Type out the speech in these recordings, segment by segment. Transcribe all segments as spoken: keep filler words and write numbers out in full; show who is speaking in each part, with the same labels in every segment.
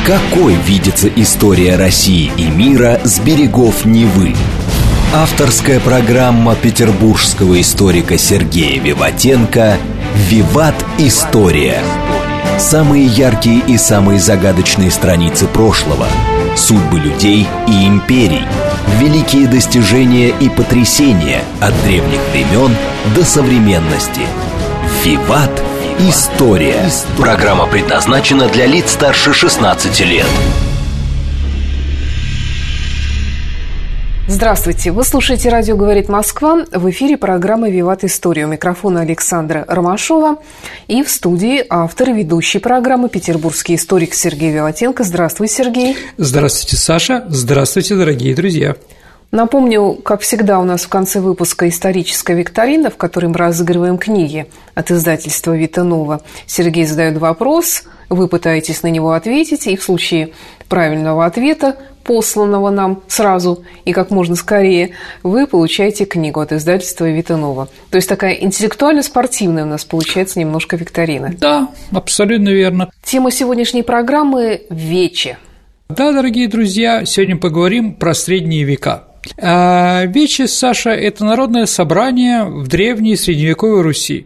Speaker 1: Какой видится история России и мира с берегов Невы? Авторская программа петербургского историка Сергея Виватенко «Виват. История». Самые яркие и самые загадочные страницы прошлого, судьбы людей и империй, великие достижения и потрясения от древних времен до современности. «Виват. История». Программа предназначена для лиц старше шестнадцати лет.
Speaker 2: Здравствуйте! Вы слушаете «Радио говорит Москва». В эфире программа «Виват. История». У микрофона Александра Ромашова. И в студии автор и ведущий программы петербургский историк Сергей Виватенко. Здравствуй, Сергей!
Speaker 3: Здравствуйте, Саша! Здравствуйте, дорогие друзья!
Speaker 2: Напомню, как всегда, у нас в конце выпуска историческая викторина, в которой мы разыгрываем книги от издательства «Вита Нова». Сергей задает вопрос, вы пытаетесь на него ответить, и в случае правильного ответа, посланного нам сразу и как можно скорее, вы получаете книгу от издательства «Вита Нова». То есть такая интеллектуально-спортивная у нас получается немножко викторина.
Speaker 3: Да, абсолютно верно.
Speaker 2: Тема сегодняшней программы – Вече.
Speaker 3: Да, дорогие друзья, сегодня поговорим про средние века. А Вече, Саша, это народное собрание в древней средневековой Руси.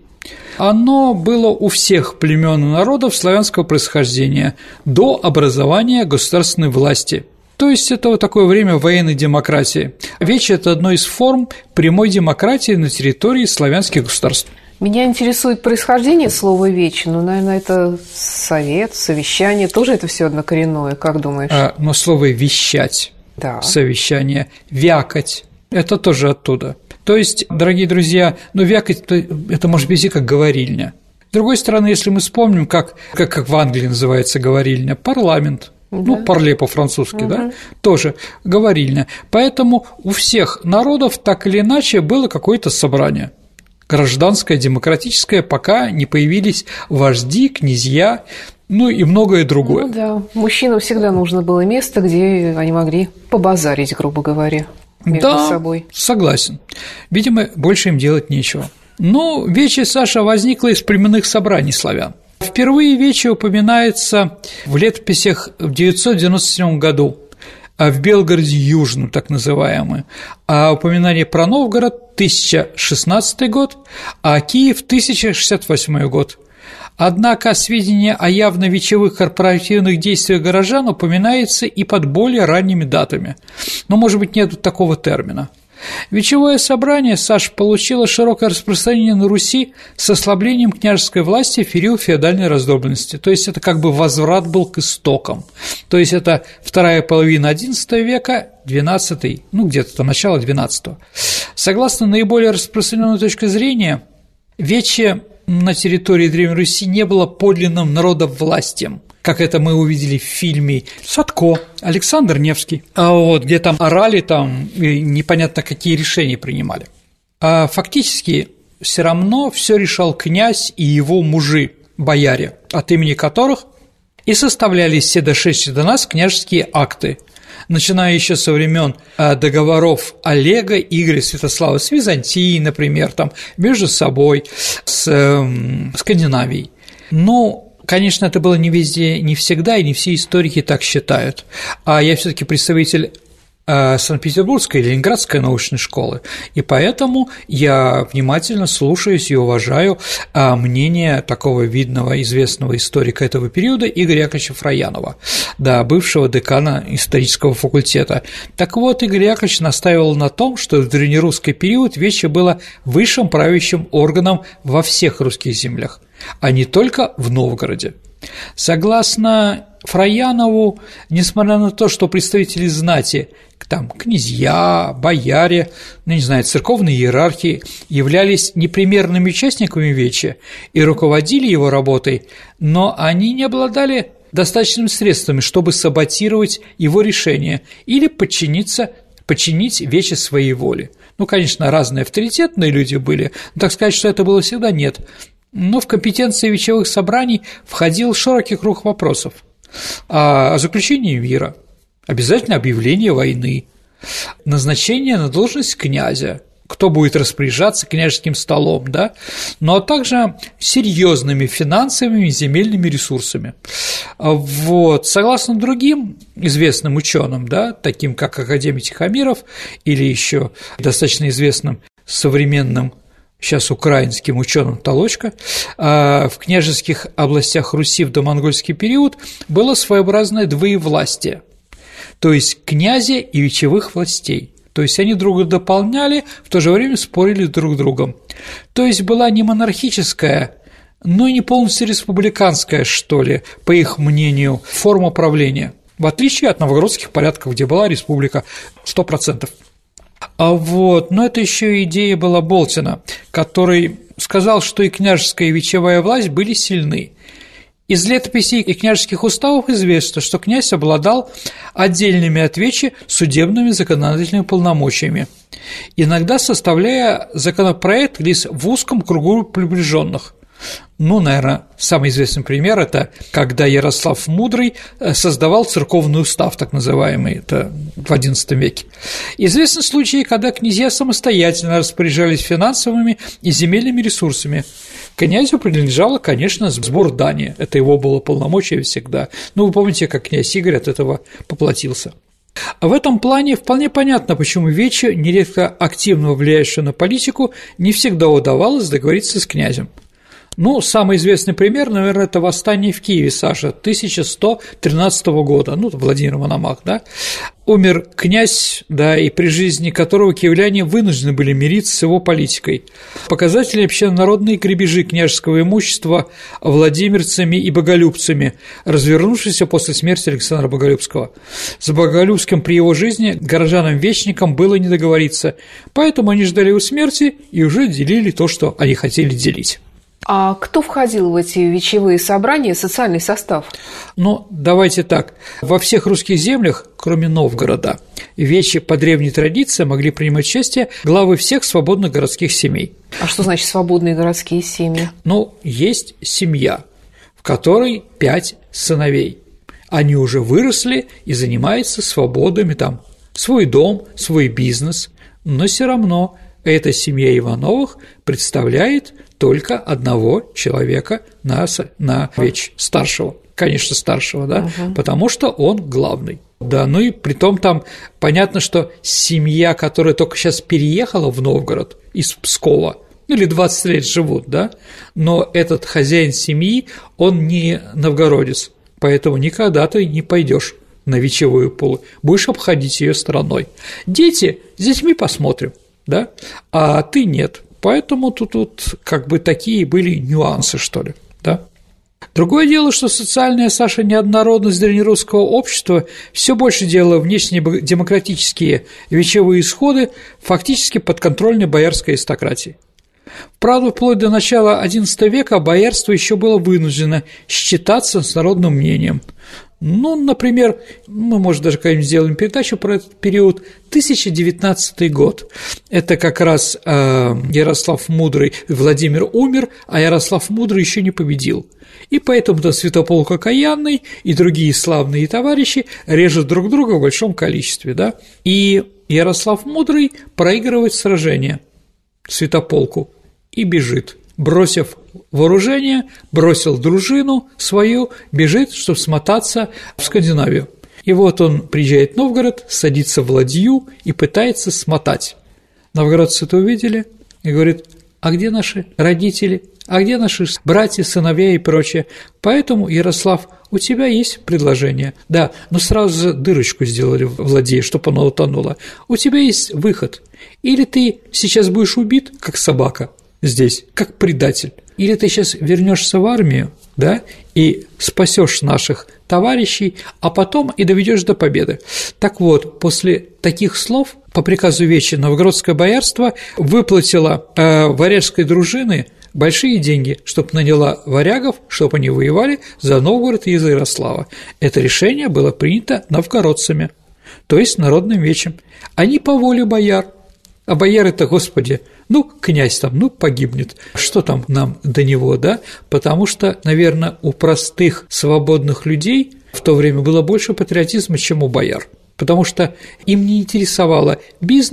Speaker 3: Оно было у всех племен и народов славянского происхождения до образования государственной власти. То есть это вот такое время военной демократии. Вече – это одна из форм прямой демократии на территории славянских государств.
Speaker 2: Меня интересует происхождение слова «вече», но, наверное, это совет, совещание, тоже это все однокоренное, как думаешь?
Speaker 3: А, но слово «вещать», да. Совещание, «вякать» – это тоже оттуда. То есть, дорогие друзья, ну, «вякать» – это может быть и как говорильня. С другой стороны, если мы вспомним, как, как, как в Англии называется говорильня – парламент. Да. Ну, парле по-французски, угу. Да, тоже говорильня. Поэтому у всех народов так или иначе было какое-то собрание, гражданское, демократическое, пока не появились вожди, князья, ну и многое другое.
Speaker 2: Ну да, мужчинам всегда нужно было место, где они могли побазарить, грубо говоря, между
Speaker 3: да,
Speaker 2: собой.
Speaker 3: Согласен. Видимо, больше им делать нечего. Но Вече, Саша, возникла из племенных собраний славян. Впервые Вече упоминается в летописях в девятьсот девяносто седьмом году, а в Белгороде Южном, так называемый, а упоминание про Новгород – тысяча шестнадцатый год, а Киев – тысяча шестьдесят восьмой год. Однако сведения о явно вечевых корпоративных действиях горожан упоминаются и под более ранними датами, но, может быть, нет такого термина. Вечевое собрание, Саш, получило широкое распространение на Руси с ослаблением княжеской власти в период феодальной раздробленности, то есть это как бы возврат был к истокам, то есть это вторая половина одиннадцатого века, двенадцатый, ну где-то там начало двенадцатого. Согласно наиболее распространенной точке зрения, Вече на территории Древней Руси не было подлинным народовластием, как это мы увидели в фильме «Садко», Александр Невский, а вот, где там орали, там непонятно какие решения принимали. А фактически все равно все решал князь и его мужи, бояре, от имени которых и составлялись все дошедшие до нас княжеские акты, начиная еще со времен договоров Олега, Игоря, Святослава с Византией, например, там, между собой, с э, Скандинавией. Но конечно, это было не везде, не всегда, и не все историки так считают. А я все-таки представитель Санкт-Петербургской и Ленинградской научной школы, и поэтому я внимательно слушаюсь и уважаю мнение такого видного, известного историка этого периода Игоря Яковлевича Фраянова, да, бывшего декана исторического факультета. Так вот, Игорь Яковлевич настаивал на том, что в древнерусский период Вече было высшим правящим органом во всех русских землях, а не только в Новгороде. Согласно Фраянову, несмотря на то, что представители знати, там, князья, бояре, ну, не знаю, церковные иерархии являлись непримерными участниками Вече и руководили его работой, но они не обладали достаточными средствами, чтобы саботировать его решение или подчиниться, подчинить Вече своей воле. Ну, конечно, разные авторитетные люди были, но так сказать, что это было всегда, нет. Но в компетенции вечевых собраний входил широкий круг вопросов о заключении мира, обязательно объявление войны, назначение на должность князя, кто будет распоряжаться княжеским столом, да, но также серьезными финансовыми и земельными ресурсами. Вот. Согласно другим известным ученым, да, таким как академик Тихомиров или еще достаточно известным современным сейчас украинским ученым Толочко, в княжеских областях Руси в домонгольский период было своеобразное двоевластие, то есть князя и вечевых властей. То есть они друг друга дополняли, в то же время спорили друг с другом. То есть была не монархическая, но и не полностью республиканская, что ли, по их мнению, форма правления, в отличие от новгородских порядков, где была республика сто процентов. А вот, но это еще идея была Болтина, который сказал, что и княжеская, и вечевая власть были сильны. Из летописей и княжеских уставов известно, что князь обладал отдельными от вечи судебными законодательными полномочиями, иногда составляя законопроект лишь в узком кругу приближенных. Ну, наверное, самый известный пример – это когда Ярослав Мудрый создавал церковный устав, так называемый, это в одиннадцатом веке. Известны случаи, когда князья самостоятельно распоряжались финансовыми и земельными ресурсами. Князю принадлежало, конечно, сбор дани, это его было полномочие всегда. Ну, вы помните, как князь Игорь от этого поплатился. А в этом плане вполне понятно, почему вече, нередко активно влияющее на политику, не всегда удавалось договориться с князем. Ну, самый известный пример, наверное, это восстание в Киеве, Саша, тысяча сто тринадцатого года, ну, Владимир Мономах, да, умер князь, да, и при жизни которого киевляне вынуждены были мириться с его политикой. Показатели общенародные грабежи княжеского имущества владимирцами и боголюбцами, развернувшиеся после смерти Александра Боголюбского. С Боголюбским при его жизни горожанам-вечникам было не договориться, поэтому они ждали его смерти и уже делили то, что они хотели делить.
Speaker 2: А кто входил в эти вечевые собрания, социальный состав?
Speaker 3: Ну, давайте так. Во всех русских землях, кроме Новгорода, вечи по древней традиции могли принимать участие главы всех свободных городских семей.
Speaker 2: А что значит свободные городские семьи?
Speaker 3: Ну, есть семья, в которой пять сыновей. Они уже выросли и занимаются свободами, там, свой дом, свой бизнес, но все равно эта семья Ивановых представляет только одного человека на, на веч старшего, конечно, старшего, да, угу. Потому что он главный. Да, ну и притом там понятно, что семья, которая только сейчас переехала в Новгород из Пскова, ну или двадцать лет живут, да, но этот хозяин семьи, он не новгородец, поэтому никогда ты не пойдешь на вечевую полу, будешь обходить ее стороной. Дети, с детьми посмотрим, да, а ты нет. Поэтому тут, тут как бы такие были нюансы, что ли, да. Другое дело, что социальная, Саша, неоднородность древнерусского общества все больше делала внешнедемократические вечевые исходы фактически подконтрольной боярской аристократии. Правда, вплоть до начала одиннадцатого века боярство еще было вынуждено считаться с народным мнением. Ну, например, мы, может, даже когда-нибудь сделаем передачу про этот период, тысяча девятнадцатый год. Это как раз э, Ярослав Мудрый, Владимир умер, а Ярослав Мудрый еще не победил. И поэтому-то Святополк Окаянный и другие славные товарищи режут друг друга в большом количестве, да? И Ярослав Мудрый проигрывает сражение Святополку и бежит. Бросив вооружение, бросил дружину свою, бежит, чтобы смотаться в Скандинавию. И вот он приезжает в Новгород, садится в ладью и пытается смотать. Новгородцы это увидели и говорят: а где наши родители, а где наши братья, сыновья и прочее? Поэтому, Ярослав, у тебя есть предложение. Да, но сразу же дырочку сделали в ладье, чтобы она утонула. У тебя есть выход. Или ты сейчас будешь убит, как собака, здесь, как предатель, или ты сейчас вернешься в армию, да, и спасешь наших товарищей, а потом и доведешь до победы. Так вот, после таких слов по приказу Вечи новгородское боярство выплатило э, варяжской дружины большие деньги, чтобы наняла варягов, чтобы они воевали за Новгород и за Ярослава. Это решение было принято новгородцами, то есть народным вечем. Они по воле бояр. А бояры-то, господи, ну, князь там, ну, погибнет, что там нам до него, да? Потому что, наверное, у простых свободных людей в то время было больше патриотизма, чем у бояр, потому что им не интересовало бизнес,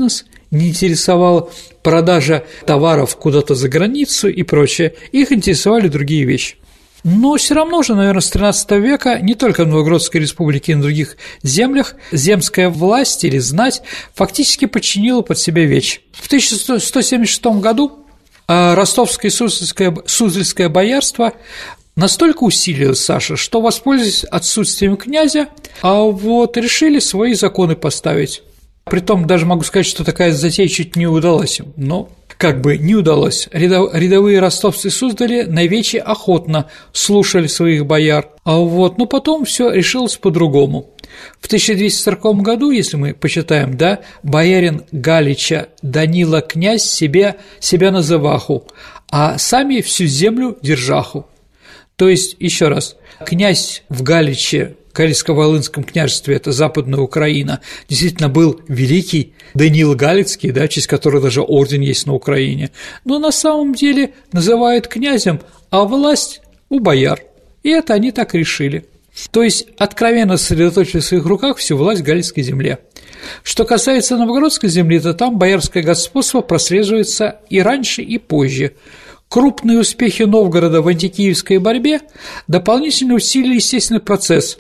Speaker 3: не интересовала продажа товаров куда-то за границу и прочее, их интересовали другие вещи. Но все равно же, наверное, с тринадцатого века не только в Новгородской республике, но и на других землях земская власть или знать фактически подчинила под себя вечи. В тысяча сто семьдесят шестом году ростовское и суздальское, суздальское боярство настолько усилилось, Саша, что, воспользовались отсутствием князя, а вот решили свои законы поставить. Притом даже могу сказать, что такая затея чуть не удалась им, но как бы не удалось. Рядовые ростовцы Суздали на вечи охотно слушали своих бояр, а вот, но потом все решилось по-другому. В тысяча двести сороковом году, если мы почитаем, да, боярин Галича Данила князь себе, себя называху, а сами всю землю держаху. То есть, еще раз, князь в Галиче, Галицко-Волынском княжестве, это Западная Украина, действительно был великий Даниил Галицкий, да, в честь которого даже орден есть на Украине, но на самом деле называют князем, а власть у бояр, и это они так решили. То есть откровенно сосредоточили в своих руках всю власть в Галицкой земле. Что касается Новгородской земли, то там боярское господство прослеживается и раньше, и позже. Крупные успехи Новгорода в антикиевской борьбе дополнительно усилили естественный процесс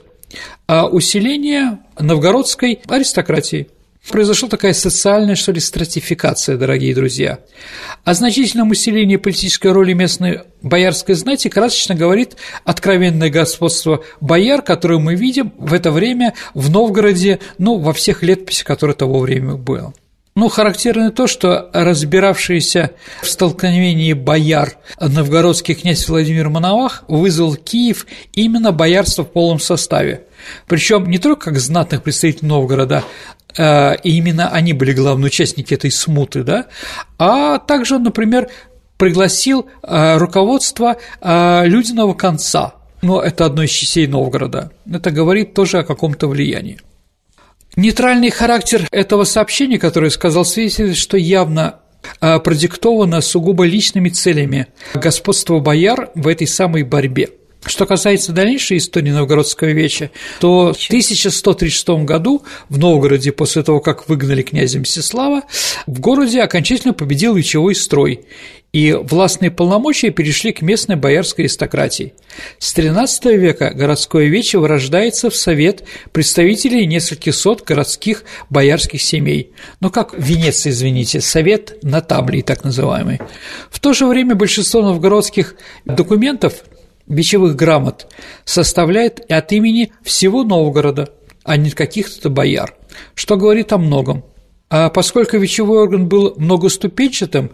Speaker 3: усиления новгородской аристократии. Произошла такая социальная, что ли, стратификация, дорогие друзья. О значительном усилении политической роли местной боярской знати красочно говорит откровенное господство бояр, которое мы видим в это время в Новгороде, ну, во всех летописях, которые того времени было. Ну, характерно то, что разбиравшийся в столкновении бояр новгородский князь Владимир Мономах вызвал Киев именно боярство в полном составе. Причем не только как знатных представителей Новгорода, и именно они были главные участники этой смуты, да, а также он, например, пригласил руководство Людиного конца, но это одно из частей Новгорода, это говорит тоже о каком-то влиянии. Нейтральный характер этого сообщения, которое я сказал, свидетельствует, что явно продиктовано сугубо личными целями господства бояр в этой самой борьбе. Что касается дальнейшей истории новгородского веча, то в тысяча сто тридцать шестом году в Новгороде, после того, как выгнали князя Мстислава, в городе окончательно победил вечевой строй, и властные полномочия перешли к местной боярской аристократии. С тринадцатого века городское вече вырождается в совет представителей нескольких сот городских боярских семей, ну как в Венеции, извините, совет нотаблей так называемый. В то же время большинство новгородских документов, вечевых грамот, составляет от имени всего Новгорода, а не каких-то бояр, что говорит о многом. А поскольку вечевой орган был многоступенчатым,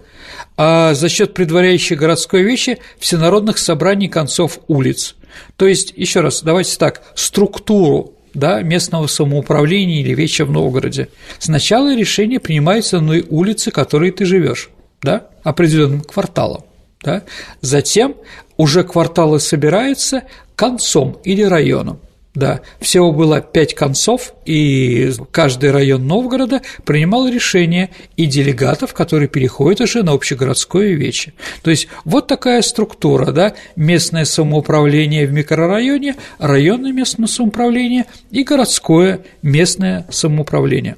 Speaker 3: а за счет предваряющей городской вечи всенародных собраний концов улиц, то есть, еще раз, давайте так, структуру, да, местного самоуправления или веча в Новгороде. Сначала решение принимается на улице, в которой ты живешь, да, определенным кварталом, да, затем уже кварталы собираются концом или районом. Да, всего было пять концов, и каждый район Новгорода принимал решение и делегатов, которые переходят уже на общегородское вече. То есть вот такая структура, да, местное самоуправление в микрорайоне, районное местное самоуправление и городское местное самоуправление.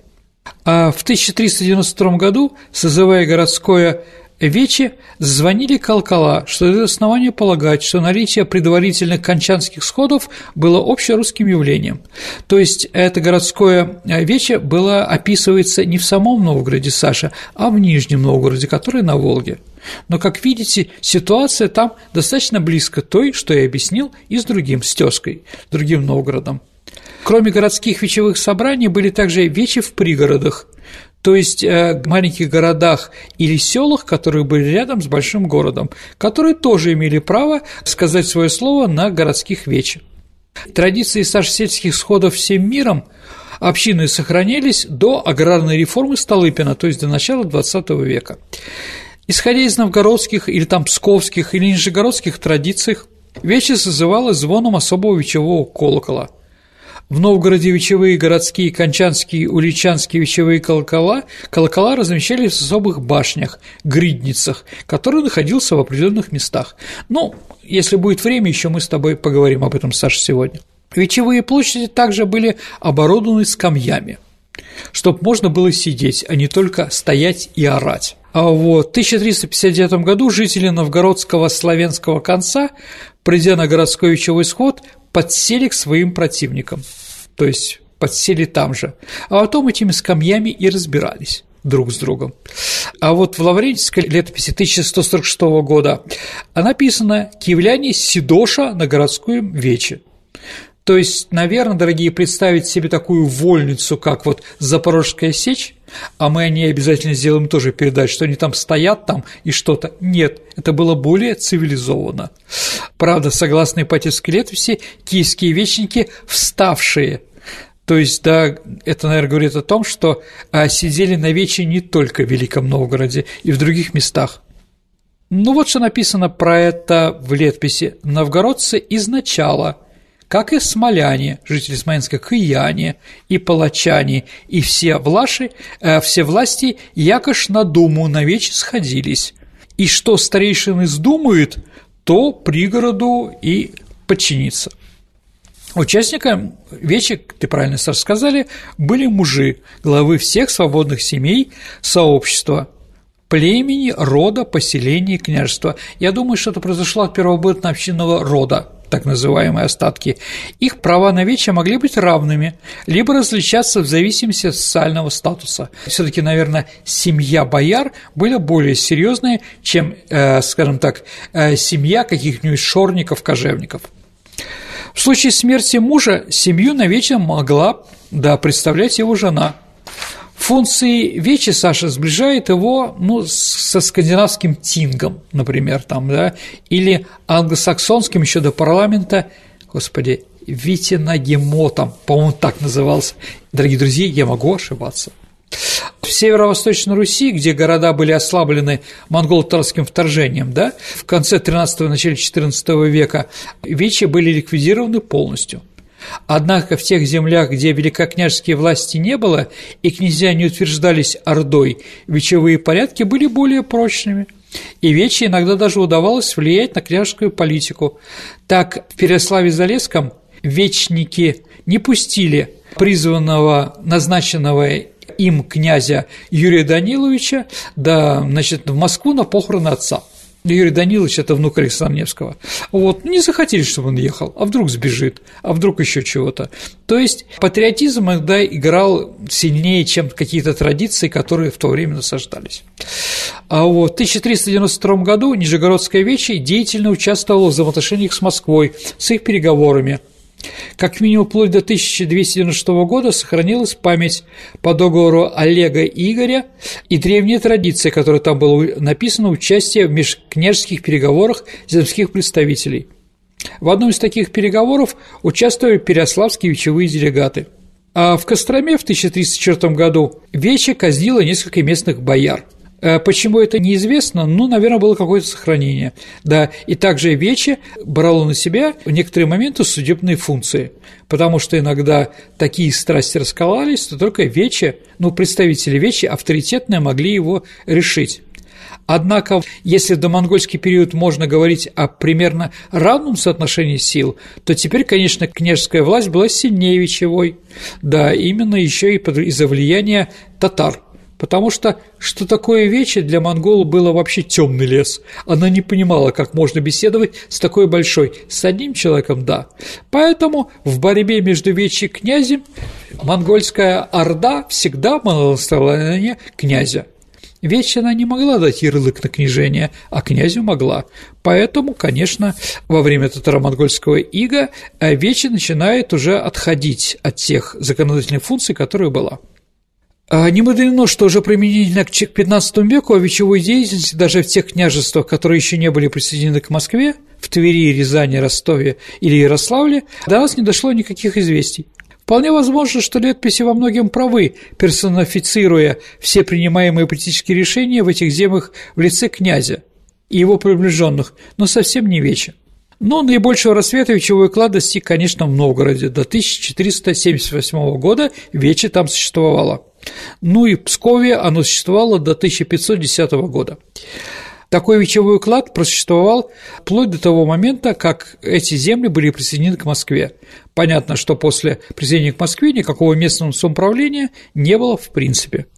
Speaker 3: А в тысяча триста девяносто втором году, созывая городское вече, звонили колокола, что это основание полагать, что наличие предварительных кончанских сходов было общерусским явлением. То есть это городское вече было, описывается не в самом Новгороде, Саша, а в Нижнем Новгороде, который на Волге. Но, как видите, ситуация там достаточно близко той, что я объяснил, и с другим, с тёзкой, с другим Новгородом. Кроме городских вечевых собраний были также вечи в пригородах, то есть в маленьких городах или селах, которые были рядом с большим городом, которые тоже имели право сказать свое слово на городских вечах. Традиции сельских сходов всем миром общины сохранялись до аграрной реформы Столыпина, то есть до начала двадцатого века. Исходя из новгородских или там псковских или нижегородских традиций, вече созывалось звоном особого вечевого колокола. В Новгороде вечевые городские, кончанские, уличанские вечевые колокола, колокола размещались в особых башнях, гридницах, которые находился в определенных местах. Ну, если будет время, еще мы с тобой поговорим об этом, Саша, сегодня. Вечевые площади также были оборудованы скамьями, чтобы можно было сидеть, а не только стоять и орать. А вот в тысяча триста пятьдесят девятом году жители новгородского славянского конца, придя на городской вечевой сход, подсели к своим противникам, то есть подсели там же, а потом этими скамьями и разбирались друг с другом. А вот в Лаврентийской летописи тысяча сто сорок шестого года написано «Киевляне сидоша на городском вече». То есть, наверное, дорогие, представить себе такую вольницу, как вот Запорожская сечь, а мы о ней обязательно сделаем тоже передачу, что они там стоят там и что-то. Нет, это было более цивилизованно. Правда, согласно Ипатьевской летописи, киевские вечники вставшие. То есть, да, это, наверное, говорит о том, что сидели на вече не только в Великом Новгороде и в других местах. Ну вот что написано про это в летописи. Новгородцы изначала, как и смоляне, жители Смоленска, кияне и палачане, и все влаши, э, все власти якош на думу на вече сходились, и что старейшины сдумают, то пригороду и подчинится. Участниками вечи, ты правильно, Саша, сказали, были мужи, главы всех свободных семей сообщества, племени, рода, поселения, княжества. Я думаю, что это произошло от первобытно-общинного рода, так называемые остатки. Их права на вече могли быть равными, либо различаться в зависимости от социального статуса. Все-таки, наверное, семья бояр были более серьезные, чем, э, скажем так, э, семья каких-нибудь шорников, кожевников. В случае смерти мужа семью на вече могла, да, представлять его жена. Функции вечи, Саша, сближает его, ну, со скандинавским тингом, например, там, да, или англосаксонским еще до парламента, господи, витинагемотом, по-моему, так назывался. Дорогие друзья, я могу ошибаться. В Северо-Восточной Руси, где города были ослаблены монголо-татарским вторжением, да, в конце тринадцатого – начале четырнадцатого века вечи были ликвидированы полностью. Однако в тех землях, где великокняжеские власти не было и князья не утверждались ордой, вечевые порядки были более прочными, и вече иногда даже удавалось влиять на княжескую политику. Так, в Переславе-Залесском вечники не пустили призванного, назначенного им князя Юрия Даниловича, да, значит, в Москву на похороны отца. Юрий Данилович – это внук Александра Невского. Вот, не захотели, чтобы он ехал, а вдруг сбежит, а вдруг еще чего-то. То есть патриотизм иногда играл сильнее, чем какие-то традиции, которые в то время насаждались. А вот в тысяча триста девяносто втором году Нижегородская вече деятельно участвовала в взаимоотношениях с Москвой, с их переговорами. Как минимум вплоть до тысяча двести девяносто шестого года сохранилась память по договору Олега и Игоря и древняя традиция, которая там была написана, участие в межкняжеских переговорах земских представителей. В одном из таких переговоров участвовали переяславские вечевые делегаты. А в Костроме в тысяча триста четвёртом году вече казнило несколько местных бояр. Почему это неизвестно? Ну, наверное, было какое-то сохранение. Да, и также вече брало на себя в некоторые моменты судебные функции, потому что иногда такие страсти раскололись, что только вече, ну, представители вече авторитетные могли его решить. Однако, если в домонгольский период можно говорить о примерно равном соотношении сил, то теперь, конечно, княжеская власть была сильнее вечевой, да, именно еще и из-за влияния татар. Потому что что такое вече для монголов было вообще темный лес. Она не понимала, как можно беседовать с такой большой, с одним человеком, да. Поэтому в борьбе между вече и князем монгольская орда всегда была на стороне князя. Вече она не могла дать ярлык на княжение, а князю могла. Поэтому, конечно, во время татаро-монгольского ига вече начинает уже отходить от тех законодательных функций, которые была. Не мудрено, что уже применительно к пятнадцатому веку о вечевой деятельности даже в тех княжествах, которые еще не были присоединены к Москве, в Твери, Рязани, Ростове или Ярославле, до нас не дошло никаких известий. Вполне возможно, что летописи во многом правы, персонифицируя все принимаемые политические решения в этих землях в лице князя и его приближенных, но совсем не вече. Но наибольшего расцвета вечевой клад достиг, конечно, в Новгороде. До тысяча четыреста семьдесят восьмого года вече там существовало. Ну и в Пскове оно существовало до тысяча пятьсот десятого года. Такой вечевой уклад просуществовал вплоть до того момента, как эти земли были присоединены к Москве. Понятно, что после присоединения к Москве никакого местного самоуправления не было в принципе.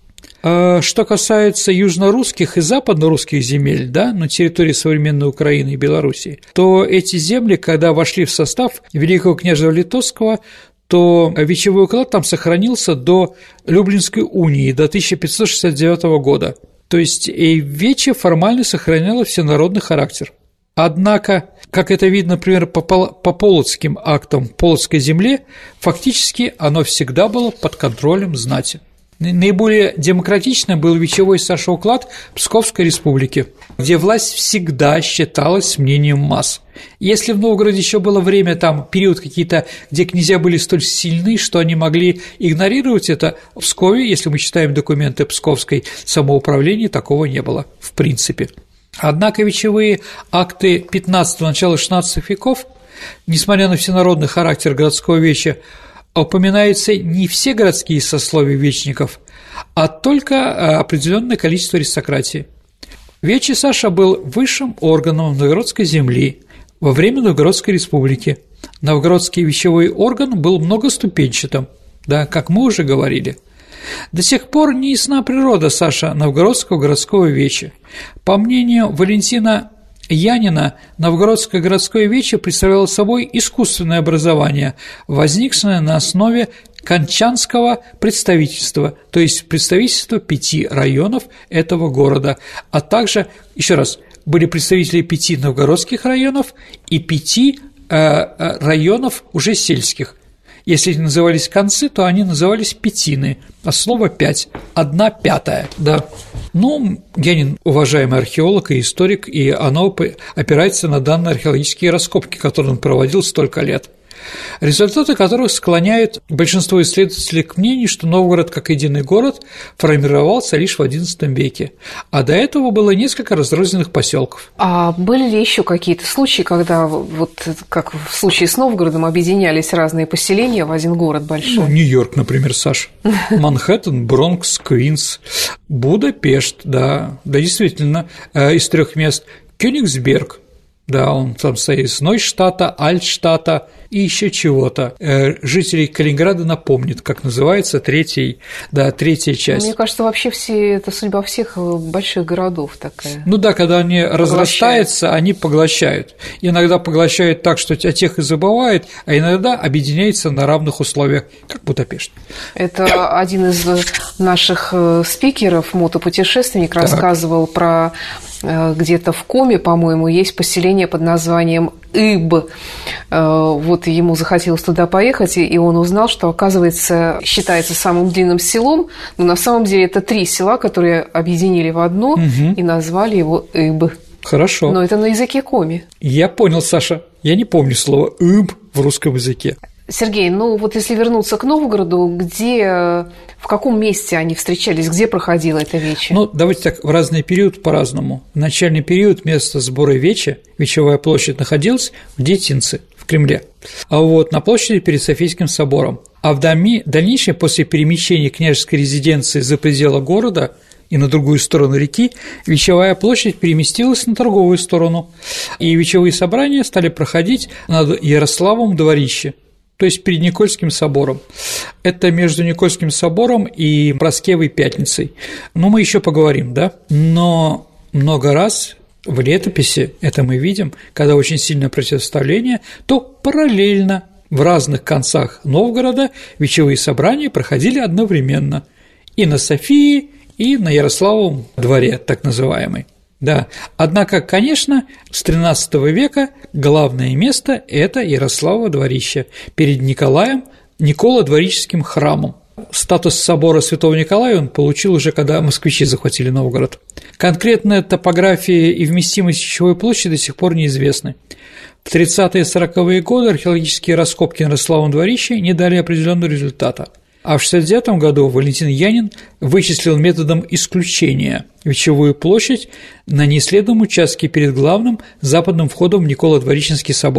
Speaker 3: Что касается южнорусских и западнорусских земель, да, на территории современной Украины и Белоруссии, то эти земли, когда вошли в состав Великого княжества Литовского, то вечевой уклад там сохранился до Люблинской унии, до тысяча пятьсот шестьдесят девятого года. То есть и вече формально сохраняло всенародный характер. Однако, как это видно, например, по полоцким актам Полоцкой земли, фактически оно всегда было под контролем знати. Наиболее демократичным был вечевой Саша уклад Псковской республики, где власть всегда считалась мнением масс. Если в Новгороде еще было время, там период какие-то, где князья были столь сильны, что они могли игнорировать это, в Пскове, если мы читаем документы Псковской самоуправления, такого не было в принципе. Однако вечевые акты пятнадцатого начала шестнадцатого веков, несмотря на всенародный характер городского веча, упоминаются не все городские сословия вечников, а только определенное количество аристократии. Вече Саша был высшим органом новгородской земли во время Новгородской республики. Новгородский вечевой орган был многоступенчатым, да, как мы уже говорили. До сих пор не ясна природа Саша новгородского городского веча. По мнению Валентина Янина, новгородское городское вече представляло собой искусственное образование, возникшее на основе канчанского представительства, то есть представительства пяти районов этого города, а также, еще раз, были представители пяти новгородских районов и пяти э, районов уже сельских. Если они назывались концы, то они назывались пятины, а слово «пять» – одна пятая, да. Ну, Янин – уважаемый археолог и историк, и оно опирается на данные археологические раскопки, которые он проводил столько лет, результаты которых склоняют большинство исследователей к мнению, что Новгород как единый город формировался лишь в одиннадцатом веке, а до этого было несколько разрозненных поселков.
Speaker 2: А были ли еще какие-то случаи, когда, вот как в случае с Новгородом, объединялись разные поселения в один город большой?
Speaker 3: Ну, Нью-Йорк, например, Саш, Манхэттен, Бронкс, Квинс, Будапешт, да, да, действительно, из трех мест, Кёнигсберг. Да, он там состоит из Нойштата, Альтштата и еще чего-то. Жителей Калининграда напомнит, как называется третий, да, третья часть.
Speaker 2: Мне кажется, вообще все, это судьба всех больших городов такая.
Speaker 3: Ну да, когда они разрастаются, они поглощают. Иногда поглощают так, что о тех и забывают, а иногда объединяются на равных условиях, как Будапешт.
Speaker 2: Это один из наших спикеров, мотопутешественник, так. рассказывал про где-то в Коме, по-моему, есть поселение под названием Иб. Вот ему захотелось туда поехать, и он узнал, что, оказывается, считается самым длинным селом, но на самом деле это три села, которые объединили в одно угу. и назвали его Иб.
Speaker 3: Хорошо.
Speaker 2: Но это на языке Коми.
Speaker 3: Я понял, Саша. Я не помню слово «иб» в русском языке.
Speaker 2: Сергей, ну вот если вернуться к Новгороду, где, в каком месте они встречались, где проходило это вече?
Speaker 3: Ну, давайте так, в разный период по-разному. В начальный период место сбора веча, вечевая площадь, находилась в Детинце, в Кремле, а вот на площади перед Софийским собором. А в дальнейшем, после перемещения княжеской резиденции за пределы города и на другую сторону реки, вечевая площадь переместилась на торговую сторону, и вечевые собрания стали проходить над Ярославом дворище, то есть перед Никольским собором. Это между Никольским собором и Проскевой Пятницей. Ну, мы еще поговорим, да? Но много раз в летописи, это мы видим, когда очень сильное противоставление, то параллельно в разных концах Новгорода вечевые собрания проходили одновременно и на Софии, и на Ярославовом дворе, так называемый. Да, однако, конечно, с тринадцатого века главное место – это Ярославово дворище перед Николаем, Николо-дворическим храмом. Статус собора Святого Николая он получил уже, когда москвичи захватили Новгород. Конкретная топография и вместимость вечевой площади до сих пор неизвестны. В тридцатые и сороковые годы археологические раскопки на Ярославовом дворище не дали определенного результата. А в шестьдесят девятом году Валентин Янин вычислил методом исключения вечевую площадь на неисследованном участке перед главным западным входом в Николо-Дворический собор.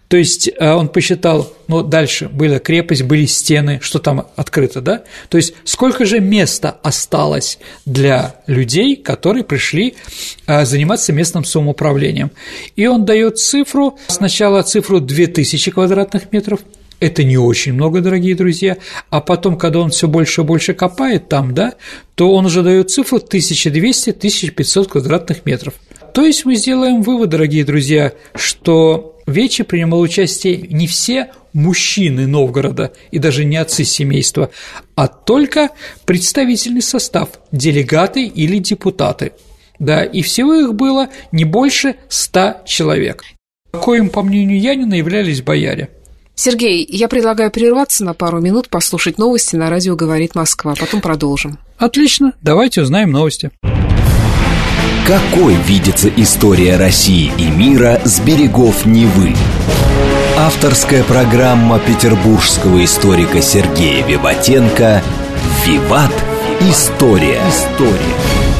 Speaker 3: То есть он посчитал, ну, дальше была крепость, были стены, что там открыто, да? То есть сколько же места осталось для людей, которые пришли заниматься местным самоуправлением. И он дает цифру, сначала цифру две тысячи квадратных метров. Это не очень много, дорогие друзья, а потом, когда он все больше и больше копает там, да, то он уже дает цифру тысяча двести - тысяча пятьсот квадратных метров. То есть мы сделаем вывод, дорогие друзья, что в Вече принимал участие не все мужчины Новгорода и даже не отцы семейства, а только представительный состав, делегаты или депутаты. Да, и всего их было не больше ста человек, коим, по мнению Янина, являлись бояре.
Speaker 2: Сергей, я предлагаю прерваться на пару минут, послушать новости на радио «Говорит Москва», потом продолжим.
Speaker 3: Отлично, давайте узнаем новости.
Speaker 1: Какой видится история России и мира с берегов Невы? Авторская программа петербургского историка Сергея Виватенко «Виват. История». История.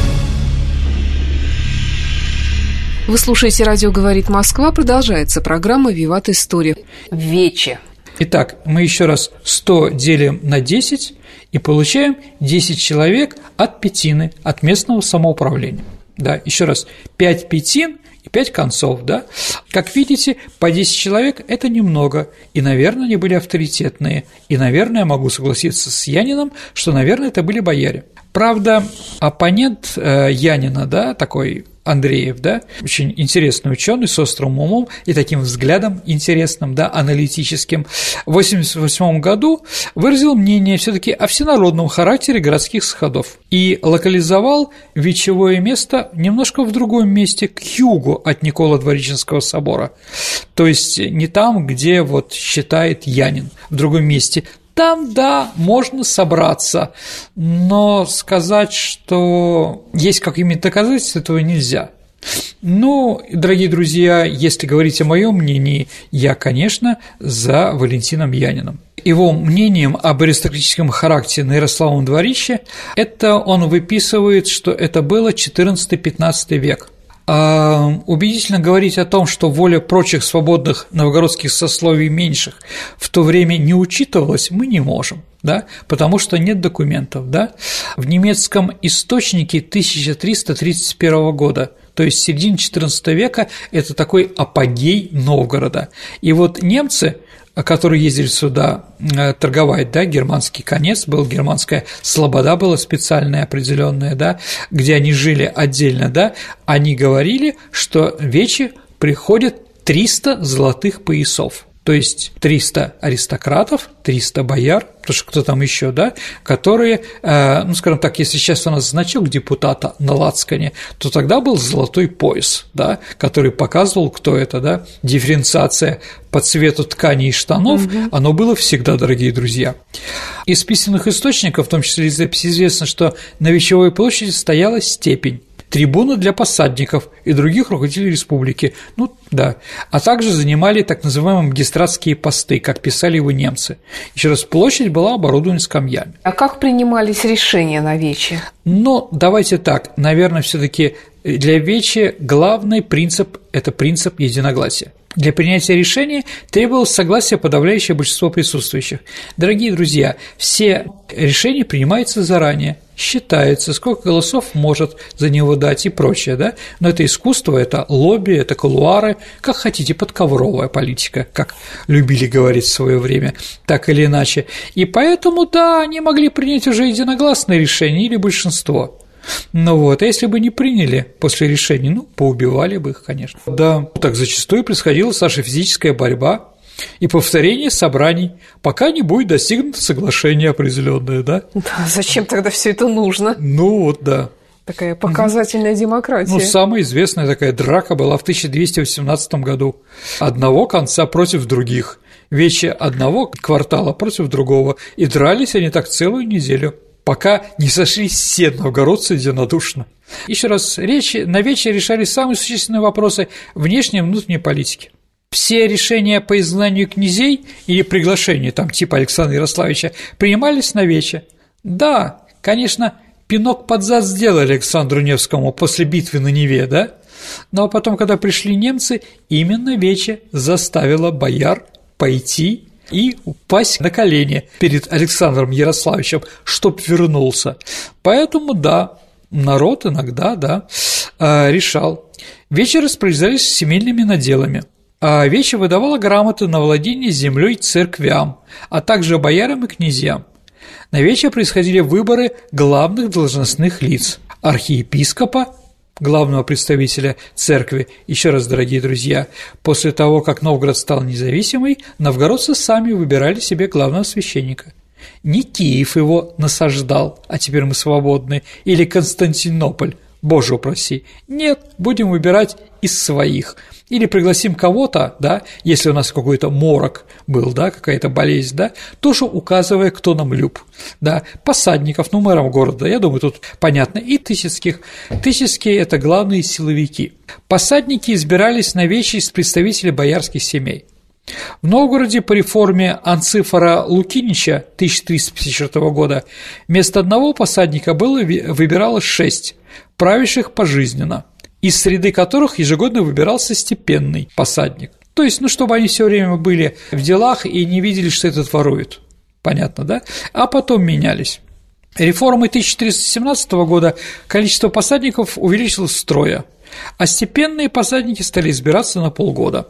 Speaker 2: Вы слушаете «Радио говорит Москва», продолжается программа «Виват. История». Вече.
Speaker 3: Итак, мы еще раз сто делим на десять и получаем десять человек от пятины, от местного самоуправления. Да, еще раз, пять пятин и пять концов, да. Как видите, по десять человек – это немного, и, наверное, они были авторитетные, и, наверное, я могу согласиться с Янином, что, наверное, это были бояре. Правда, оппонент э, Янина, да, такой Андреев, да, очень интересный ученый с острым умом и таким взглядом интересным, да, аналитическим, в восемьдесят восьмом году выразил мнение все-таки о всенародном характере городских сходов и локализовал вечевое место немножко в другом месте, к югу от Николо-Двориченского собора, то есть не там, где вот считает Янин, в другом месте. Там, да, можно собраться, но сказать, что есть какие-нибудь доказательства, этого нельзя. Ну, дорогие друзья, если говорить о моем мнении, я, конечно, за Валентином Яниным. Его мнением об аристократическом характере на Ярославом дворище, это он выписывает, что это было четырнадцатый-пятнадцатый век. А убедительно говорить о том, что воля прочих свободных новгородских сословий меньших в то время не учитывалась, мы не можем, да, потому что нет документов, да. В немецком источнике тысяча триста тридцать первого года, то есть середина четырнадцатого века, это такой апогей Новгорода. И вот немцы, которые ездили сюда торговать, да, германский конец был, германская слобода была специальная, определенная, да, где они жили отдельно, да, они говорили, что в Вече приходят триста золотых поясов. То есть триста аристократов, триста бояр, потому что кто там еще, да, которые, э, ну, скажем так, если сейчас у нас значок депутата на лацкане, то тогда был золотой пояс, да, который показывал, кто это, да, дифференциация по цвету тканей и штанов, угу. Оно было всегда, дорогие друзья. Из письменных источников, в том числе из записи, известно, что на Вечевой площади стояла степень, трибуна для посадников и других руководителей республики, ну да, а также занимали так называемые магистратские посты, как писали его немцы. Еще раз, площадь была оборудована скамьями.
Speaker 2: А как принимались решения на Вече?
Speaker 3: Ну, давайте так, наверное, все-таки для Вече главный принцип – это принцип единогласия. Для принятия решения требовалось согласие подавляющего большинства присутствующих. Дорогие друзья, все решения принимаются заранее, считается, сколько голосов может за него дать и прочее, да? Но это искусство, это лобби, это кулуары, как хотите, подковровая политика, как любили говорить в свое время, так или иначе. И поэтому, да, они могли принять уже единогласное решение или большинство. Ну вот, а если бы не приняли после решения, ну, поубивали бы их, конечно. Да, так зачастую происходила наша физическая борьба и повторение собраний, пока не будет достигнуто соглашение определенное, да?
Speaker 2: Да, зачем тогда все это нужно?
Speaker 3: Ну вот, да.
Speaker 2: Такая показательная демократия.
Speaker 3: Ну, самая известная такая драка была в тысяча двести восемнадцатом году. Одного конца против других. Вече одного квартала против другого. И дрались они так целую неделю, пока не сошлись все новгородцы единодушно. Еще раз, речь, на Вече решались самые существенные вопросы внешней и внутренней политики. Все решения по изгнанию князей или приглашению, там, типа Александра Ярославича, принимались на Вече. Да, конечно, пинок под зад сделали Александру Невскому после битвы на Неве, да? Но потом, когда пришли немцы, именно Вече заставила бояр пойти и упасть на колени перед Александром Ярославичем, чтоб вернулся. Поэтому, да, народ иногда, да, решал. Вече распоряжались семейными наделами, а Вече выдавала грамоты на владение землей церквям, а также боярам и князьям. На Вече происходили выборы главных должностных лиц – архиепископа, главного представителя церкви. Еще раз, дорогие друзья, после того, как Новгород стал независимой, новгородцы сами выбирали себе главного священника. Не Киев его насаждал, а теперь мы свободны, или Константинополь, боже упаси. Нет, будем выбирать из своих. Или пригласим кого-то, да, если у нас какой-то морок был, да, какая-то болезнь, да, тоже указывая, кто нам люб, да, посадников, ну, мэром города, я думаю, тут понятно, и тысяцких. Тысяцкие – это главные силовики. Посадники избирались на Вече из представителей боярских семей. В Новгороде по реформе Анцифора Лукинича тысяча триста пятьдесят четвёртого года вместо одного посадника было выбиралось шесть, правивших пожизненно, из среды которых ежегодно выбирался степенный посадник. То есть, ну, чтобы они все время были в делах и не видели, что этот ворует. Понятно, да? А потом менялись. Реформой тысяча триста семнадцатого года количество посадников увеличилось втрое, а степенные посадники стали избираться на полгода.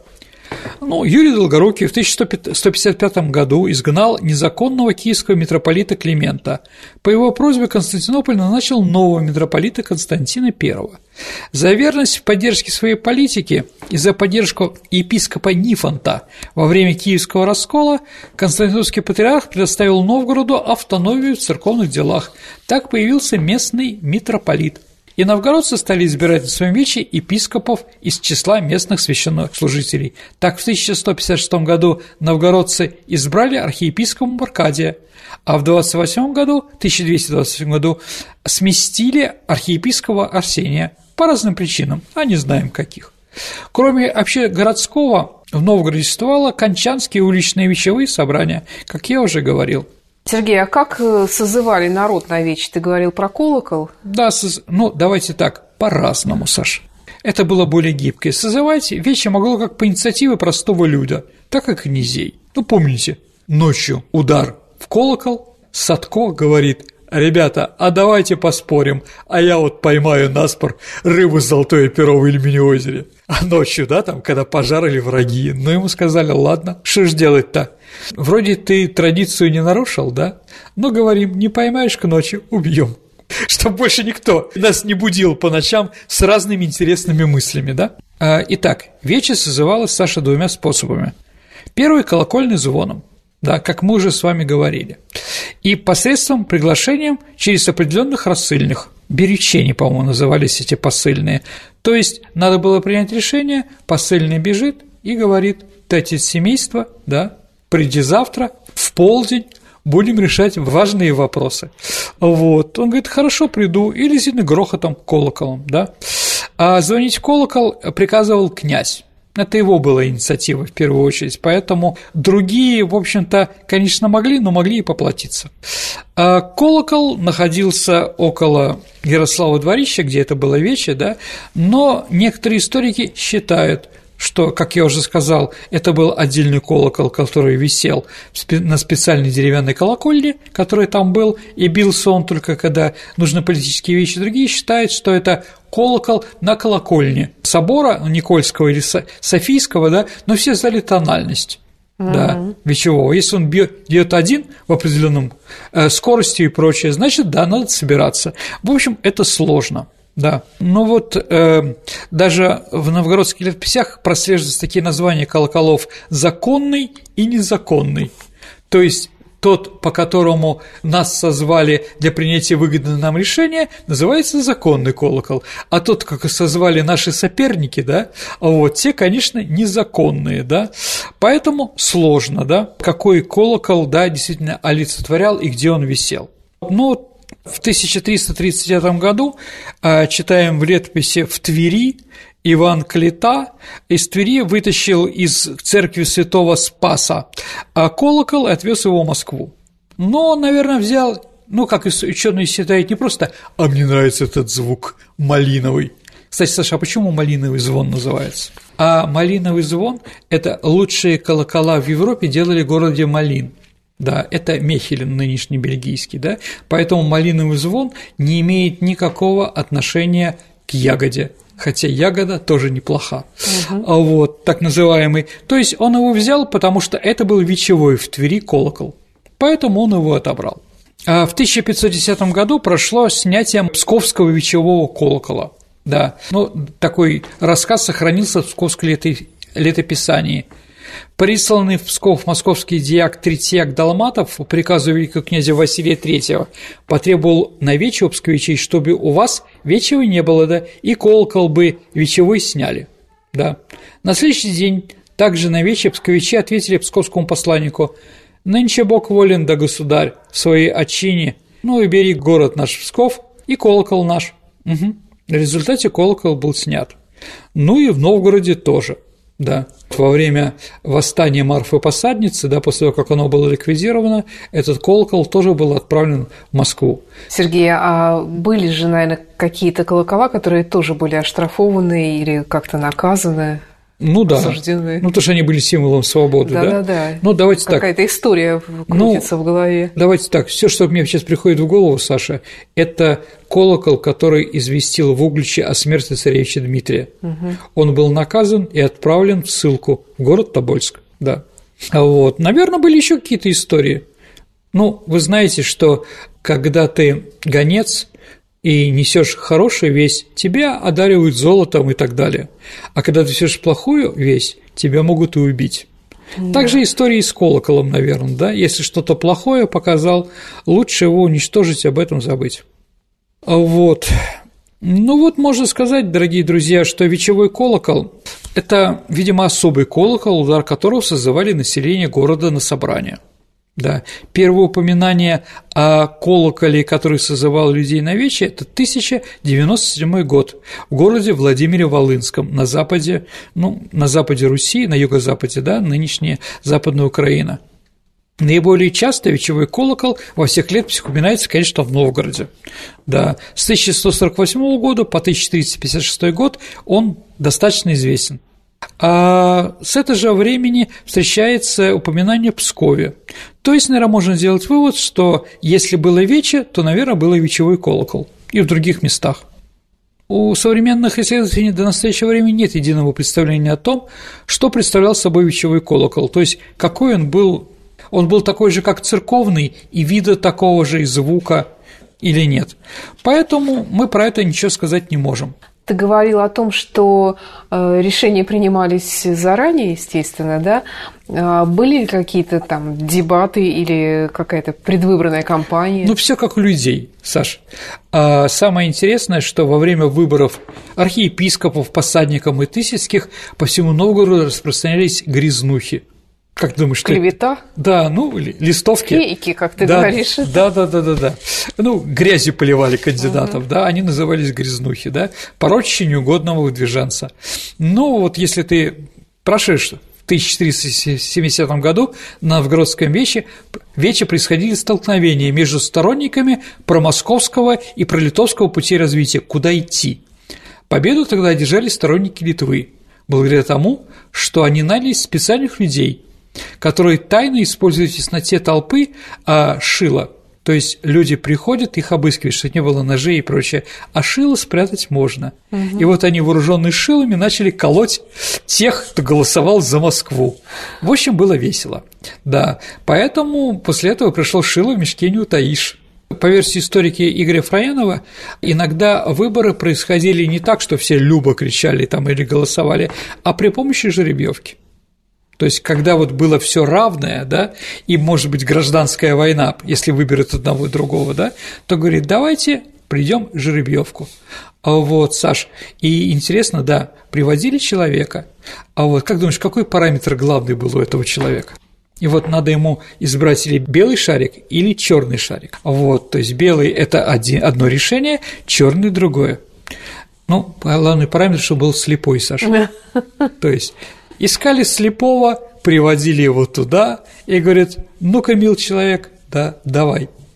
Speaker 3: Ну, Юрий Долгорукий в тысяча сто пятьдесят пятом году изгнал незаконного киевского митрополита Климента. По его просьбе Константинополь назначил нового митрополита Константина Первого. За верность в поддержке своей политики и за поддержку епископа Нифонта во время Киевского раскола Константинопольский патриарх предоставил Новгороду автономию в церковных делах. Так появился местный митрополит. И новгородцы стали избирать на своем Вече епископов из числа местных священнослужителей. Так в тысяча сто пятьдесят шестом году новгородцы избрали архиепископом Аркадия, а в двадцать восьмом году, тысяча двести двадцать восьмом году сместили архиепископа Арсения по разным причинам, а не знаем каких. Кроме общегородского, в Новгороде существовало канчанские уличные вечевые собрания, как я уже говорил.
Speaker 2: Сергей, а как созывали народ на Вече? Ты говорил про колокол?
Speaker 3: Да, соз... ну, давайте так, по-разному, Саш. Это было более гибкое. Созывать Вече могло как по инициативе простого люда, так и князей. Ну, помните, ночью удар в колокол, Садко говорит: «Ребята, а давайте поспорим, а я вот поймаю наспор рыбу с золотое перо в Ильмени-озере». А ночью, да, там, когда пожар или враги, ну, ему сказали: ладно, что ж делать-то? Вроде ты традицию не нарушил, да? Но говорим: не поймаешь к ночи – убьем. Чтобы больше никто нас не будил по ночам с разными интересными мыслями, да? Итак, Вече созывалась, Саша, двумя способами. Первый – колокольный звоном, да, как мы уже с вами говорили, и посредством приглашением через определенных рассыльных. Беречени, по-моему, назывались эти посыльные. То есть надо было принять решение, посыльный бежит и говорит: ты отец семейства, да, приди завтра в полдень, будем решать важные вопросы. Вот. Он говорит: хорошо, приду, или действительно грохотом, колоколом, да. А звонить в колокол приказывал князь. Это его была инициатива в первую очередь, поэтому другие, в общем-то, конечно, могли, но могли и поплатиться. А колокол находился около Ярослава Дворища, где это было Вече, да, но некоторые историки считают, что, как я уже сказал, это был отдельный колокол, который висел на специальной деревянной колокольне, который там был, и бился он только когда нужны политические вещи. Другие считают, что это колокол на колокольне собора Никольского или Софийского, да, но все знали тональность. Mm-hmm. Да, вечевого. Если он бьет один в определенном э, скорости и прочее, значит, да, надо собираться. В общем, это сложно. Да, но вот э, даже в новгородских летописях прослеживаются такие названия колоколов: законный и незаконный. То есть тот, по которому нас созвали для принятия выгодного нам решения, называется законный колокол, а тот, как созвали наши соперники, да, вот те, конечно, незаконные, да, поэтому сложно, да, какой колокол, да, действительно олицетворял и где он висел. Ну, в тысяча триста тридцать девятом году читаем в летописи в Твери Иван Клита из Твери вытащил из церкви святого Спаса колокол и отвез его в Москву. Но он, наверное, взял ну, как ученые считают, не просто «а мне нравится этот звук малиновый». Кстати, Саша, а почему малиновый звон называется? А малиновый звон – это лучшие колокола в Европе делали в городе Малин. Да, это Мехелен, нынешний бельгийский, да, поэтому малиновый звон не имеет никакого отношения к ягоде, хотя ягода тоже неплоха, угу. а вот, так называемый, то есть он его взял, потому что это был вечевой в Твери колокол, поэтому он его отобрал. А в тысяча пятьсот десятом году прошло снятие Псковского вечевого колокола, да, ну, такой рассказ сохранился в Псковском летописании. Присланный в Псков московский дьяк Третьяк Долматов по приказу великого князя Василия Третьего потребовал на вече у псковичей, чтобы у вас вечевой не было, да, и колокол бы вечевой сняли, да. На следующий день также на вече псковичи ответили псковскому посланнику: «Нынче Бог волен, да государь, в своей отчине, ну и бери город наш Псков и колокол наш». Угу. В результате колокол был снят. Ну и в Новгороде тоже. Да, во время восстания Марфы-Посадницы, да, после того, как оно было ликвидировано, этот колокол тоже был отправлен в Москву.
Speaker 2: Сергей, а были же, наверное, какие-то колокола, которые тоже были оштрафованы или как-то наказаны?
Speaker 3: Ну да,
Speaker 2: осуждены.
Speaker 3: Ну потому что они были символом свободы, да?
Speaker 2: Да, да, да.
Speaker 3: Ну давайте так.
Speaker 2: Какая-то история крутится ну, в голове.
Speaker 3: Давайте так. Все, что мне сейчас приходит в голову, Саша, это колокол, который известил в Угличе о смерти царевича Дмитрия. Угу. Он был наказан и отправлен в ссылку в город Тобольск. Да. Вот. Наверное, были еще какие-то истории. Ну, вы знаете, что когда ты гонец и несешь хорошую весть, тебя одаривают золотом и так далее. А когда ты несешь плохую весть, тебя могут и убить. Да. Также истории с колоколом, наверное, да. Если что-то плохое показал, лучше его уничтожить, об этом забыть. Вот. Ну вот можно сказать, дорогие друзья, что вечевой колокол – это, видимо, особый колокол, удар которого созывали население города на собрание. Да. Первое упоминание о колоколе, который созывал людей на вече, это тысяча девяносто седьмой год в городе Владимире-Волынском на западе, ну, на западе Руси, на юго-западе, да, нынешняя Западная Украина. Наиболее часто вечевой колокол во всех летописях упоминается, конечно, в Новгороде. Да. С тысяча сто сорок восьмого года по тысяча триста пятьдесят шестой год он достаточно известен. А с этого же времени встречается упоминание о Пскове. То есть, наверное, можно сделать вывод, что если было вече, то, наверное, был и вечевой колокол и в других местах. У современных исследователей до настоящего времени нет единого представления о том, что представлял собой вечевой колокол, то есть какой он был, он был такой же, как церковный, и вида такого же и звука или нет. Поэтому мы про это ничего сказать не можем.
Speaker 2: Ты говорил о том, что решения принимались заранее, естественно, да? Были ли какие-то там дебаты или какая-то предвыборная кампания?
Speaker 3: Ну, все как у людей, Саш. А самое интересное, что во время выборов архиепископов, посадников и тысяцких по всему Новгороду распространялись грязнухи. Как ты думаешь,
Speaker 2: клевета?
Speaker 3: Ты... Да, ну, листовки.
Speaker 2: Фейки, как ты
Speaker 3: да,
Speaker 2: говоришь.
Speaker 3: Да, да, да, да, да. Ну, грязью поливали кандидатов, uh-huh. да, они назывались грязнухи, да, порочище неугодного выдвиженца. Ну, вот если ты прошешь в тысяча четыреста семидесятом году на Новгородском вече, вече происходили столкновения между сторонниками промосковского и пролитовского путей развития, куда идти. Победу тогда одержали сторонники Литвы, благодаря тому, что они наняли специальных людей, которые тайно используют в тесноте толпы а, шило. То есть люди приходят, их обыскивают, чтобы не было ножей и прочее, а шило спрятать можно. Угу. И вот они, вооруженные шилами, начали колоть тех, кто голосовал за Москву. В общем, было весело. Да, поэтому после этого пришло шило в мешке не утаишь. По версии историка Игоря Фраянова, иногда выборы происходили не так, что все любо кричали там или голосовали, а при помощи жеребьевки. То есть, когда вот было все равное, да, и, может быть, гражданская война, если выберут одного и другого, да, то говорит, давайте придем жеребьевку. А вот, Саш, и интересно, да, приводили человека, а вот как думаешь, какой параметр главный был у этого человека? И вот надо ему избрать или белый шарик, или черный шарик. Вот, то есть белый – это один, одно решение, черный – другое. Ну, главный параметр, чтобы был слепой, Саша. То есть искали слепого, приводили его туда и говорят, ну-ка, мил человек, да, давай.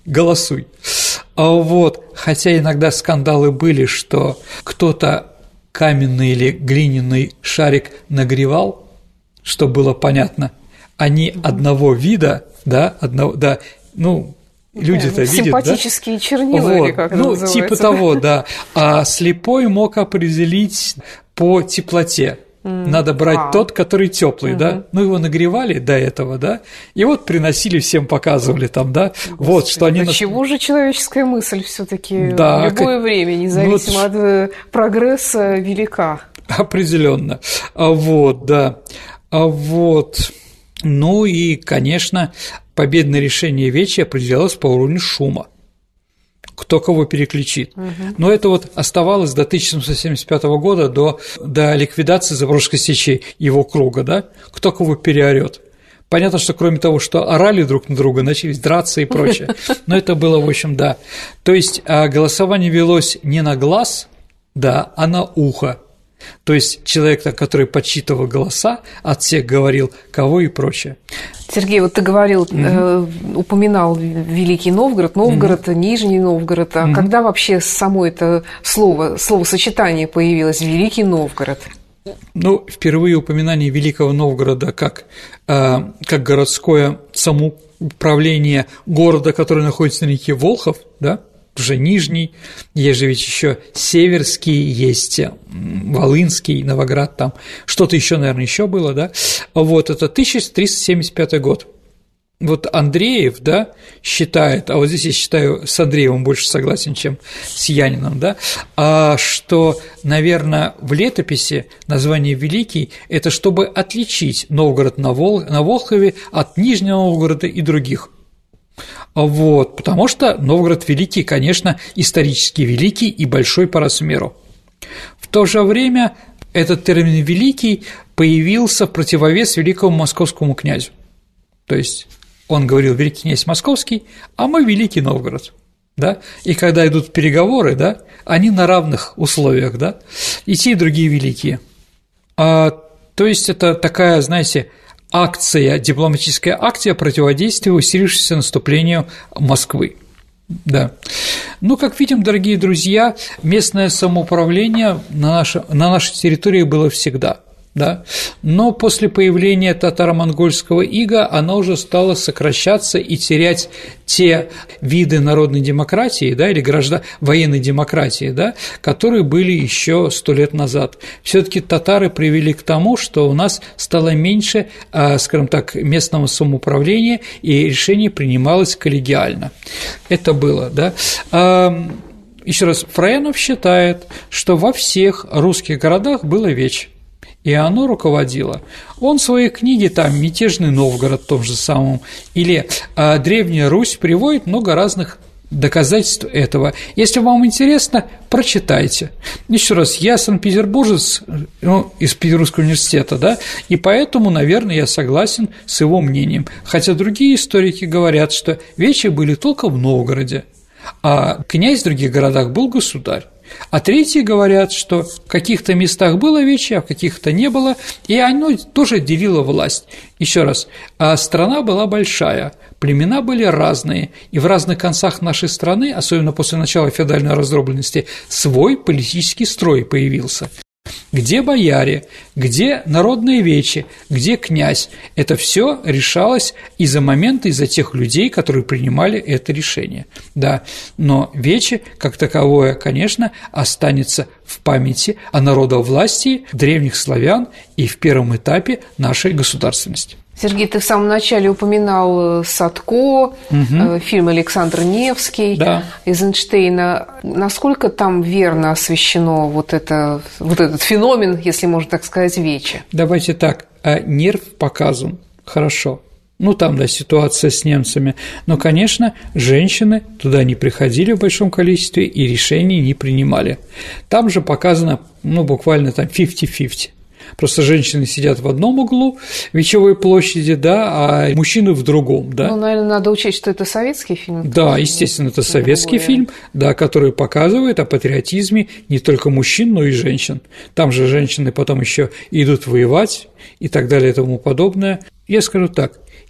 Speaker 3: голосуй. Вот. Хотя иногда скандалы были, что кто-то каменный или глиняный шарик нагревал, что было понятно, они одного вида, да, одного, да, ну, люди-то да, видят,
Speaker 2: симпатические
Speaker 3: да?
Speaker 2: чернила,
Speaker 3: вот,
Speaker 2: или как это
Speaker 3: ну,
Speaker 2: называется?
Speaker 3: Типа того, да. А слепой мог определить по теплоте. Надо брать а. тот, который теплый, угу. да. Ну, его нагревали до этого, да, и вот приносили, всем показывали там, да. Господи, вот, что они.
Speaker 2: Да чего же человеческая мысль все-таки
Speaker 3: да,
Speaker 2: в любое
Speaker 3: как...
Speaker 2: время, независимо ну, от прогресса, велика.
Speaker 3: Определенно. Вот, да. Вот. Ну и, конечно, победное решение Вечи определялось по уровню шума. Кто кого переключит. Угу. Но это вот оставалось до тысяча семьсот семьдесят пятого года, до, до ликвидации Запорожской сечи, его круга, да, кто кого переорёт. Понятно, что кроме того, что орали друг на друга, начались драться и прочее, но это было, в общем, да. То есть голосование велось не на глаз, да, а на ухо. То есть человек, который подсчитывал голоса, от всех говорил, кого и прочее.
Speaker 2: Сергей, вот ты говорил, угу. э, упоминал Великий Новгород, Новгород, угу. Нижний Новгород. А угу. когда вообще само это слово, словосочетание появилось, Великий Новгород?
Speaker 3: Ну, впервые упоминание Великого Новгорода как, э, как городское самоуправление города, который находится на реке Волхов, да, уже Нижний, есть же ведь еще Северский, есть Волынский, Новоград, там что-то еще, наверное, еще было, да, вот это тысяча триста семьдесят пятый год. Вот Андреев, да, считает, а вот здесь я считаю, с Андреевым больше согласен, чем с Яниным, да, а что, наверное, в летописи название Великий – это чтобы отличить Новгород на, Вол... на Волхове от Нижнего Новгорода и других. Вот, потому что Новгород Великий, конечно, исторически великий и большой по размеру. В то же время этот термин «великий» появился в противовес великому московскому князю. То есть он говорил «великий князь московский», а мы «великий Новгород». Да? И когда идут переговоры, да, они на равных условиях, да, и те, и другие великие. А, то есть это такая, знаете, акция, дипломатическая акция противодействия усилившемуся наступлению Москвы. Да. Ну, как видим, дорогие друзья, местное самоуправление на, наше, на нашей территории было всегда. Да? Но после появления татаро-монгольского ига оно уже стало сокращаться и терять те виды народной демократии, да, или граждан... военной демократии, да, которые были еще сто лет назад. Все-таки татары привели к тому, что у нас стало меньше, скажем так, местного самоуправления, и решение принималось коллегиально. Это было, да. Еще раз, Фраенов считает, что во всех русских городах было вече, и оно руководило. Он в своей книге, там, «Мятежный Новгород» в том же самом, или а, «Древняя Русь» приводит много разных доказательств этого. Если вам интересно, прочитайте. Еще раз, я санкт-петербуржец, ну, из Петербургского университета, да, и поэтому, наверное, я согласен с его мнением. Хотя другие историки говорят, что вечи были только в Новгороде, а князь в других городах был государь. А третьи говорят, что в каких-то местах было вече, а в каких-то не было, и оно тоже делило власть. Еще раз, а страна была большая, племена были разные, и в разных концах нашей страны, особенно после начала феодальной раздробленности, свой политический строй появился. Где бояре, где народные вечи, где князь – это все решалось из-за момента, из-за тех людей, которые принимали это решение. Да, но вечи, как таковое, конечно, останется в памяти о народовластии древних славян и в первом этапе нашей государственности.
Speaker 2: Сергей, ты в самом начале упоминал Садко, угу. фильм «Александр Невский», да. Эйзенштейна. Насколько там верно освещено вот, это, вот этот феномен, если можно так сказать, вече?
Speaker 3: Давайте так, нерв показан хорошо. Ну, там, да, ситуация с немцами. Но, конечно, женщины туда не приходили в большом количестве и решений не принимали. Там же показано, ну, буквально там пятьдесят на пятьдесят. Просто женщины сидят в одном углу Вечевой площади, да, а мужчины в другом, да.
Speaker 2: Ну, наверное, надо учесть, что это советский фильм.
Speaker 3: Да, естественно, это советский другое. Фильм, да, который показывает о патриотизме не только мужчин, но и женщин. Там же женщины потом еще идут воевать и так далее и тому подобное. Я скажу так,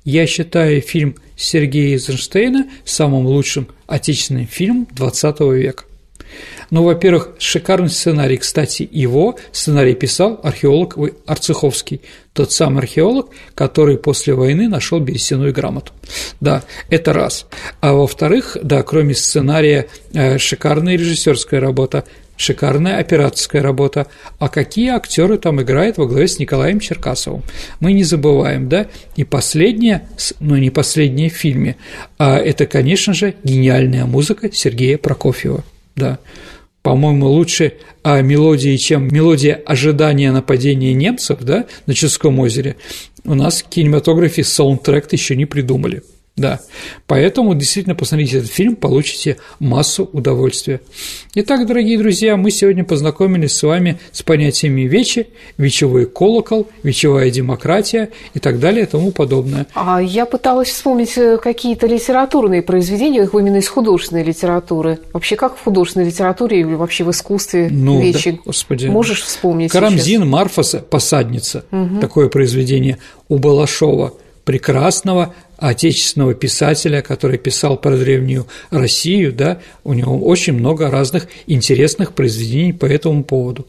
Speaker 3: Я считаю фильм Сергея Эйзенштейна самым лучшим отечественным фильмом двадцатого века. Ну, во-первых, шикарный сценарий, кстати, его сценарий писал археолог Арцеховский, тот самый археолог, который после войны нашел берестяную грамоту. Да, это раз. А во-вторых, да, кроме сценария, шикарная режиссерская работа, шикарная операторская работа. А какие актеры там играют во главе с Николаем Черкасовым? Мы не забываем, да? И последнее, ну не последнее в фильме, а это, конечно же, гениальная музыка Сергея Прокофьева, да. По-моему, лучше а, мелодии, чем мелодия ожидания нападения немцев, да, на Чудском озере, у нас в кинематографе саундтрек еще не придумали. Да, поэтому действительно посмотрите этот фильм, получите массу удовольствия. Итак, дорогие друзья, мы сегодня познакомились с вами с понятиями вечи, вечевой колокол, вечевая демократия и так далее и тому подобное.
Speaker 2: А я пыталась вспомнить какие-то литературные произведения, именно из художественной литературы. Вообще, как в художественной литературе или вообще в искусстве ну, вечи? Да, господи. Можешь вспомнить?
Speaker 3: Карамзин,
Speaker 2: сейчас?
Speaker 3: Марфаса, «Посадница», угу. Такое произведение у Балашова, прекрасного отечественного писателя, который писал про древнюю Россию, да, у него очень много разных интересных произведений по этому поводу.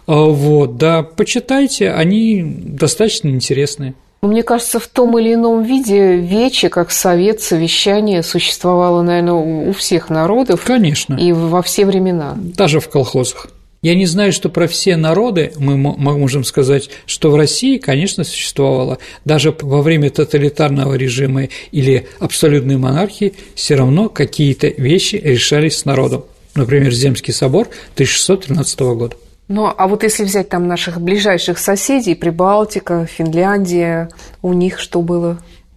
Speaker 3: Вот, да, почитайте, они достаточно интересные.
Speaker 2: Мне кажется, в том или ином виде вече, как совет, совещание, существовало, наверное, у всех народов.
Speaker 3: Конечно.
Speaker 2: И во все времена.
Speaker 3: Даже в колхозах. Я не знаю, что про все народы мы можем сказать, что в России, конечно, существовало. Даже во время тоталитарного режима или абсолютной монархии все равно какие-то вещи решались с народом. Например, Земский собор тысяча шестьсот тринадцатого года.
Speaker 2: Ну, а вот если взять там наших ближайших соседей, Прибалтика, Финляндия, у них что было?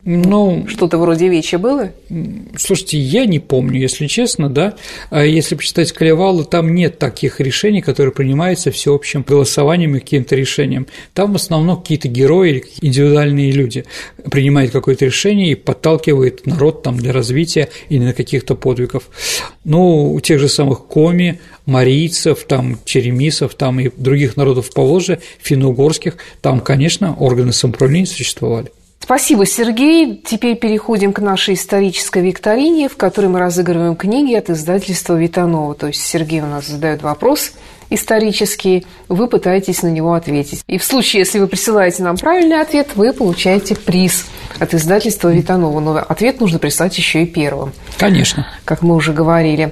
Speaker 2: Ну, что-то вроде вечи было?
Speaker 3: Слушайте, я не помню, если честно, да. Если почитать Калевалу, там нет таких решений, которые принимаются всеобщим голосованием и каким-то решением. Там в основном какие-то герои, индивидуальные люди принимают какое-то решение и подталкивают народ там для развития или на каких-то подвигов. Ну, у тех же самых коми, марийцев, там, черемисов, там и других народов Поволжья, финно-угорских, там, конечно, органы самоуправления существовали.
Speaker 2: Спасибо, Сергей. Теперь переходим к нашей исторической викторине, в которой мы разыгрываем книги от издательства Витанова. То есть Сергей у нас задает вопрос исторический, вы пытаетесь на него ответить. И в случае, если вы присылаете нам правильный ответ, вы получаете приз от издательства Витанова. Но ответ нужно прислать еще и первым.
Speaker 3: Конечно.
Speaker 2: Как мы уже говорили.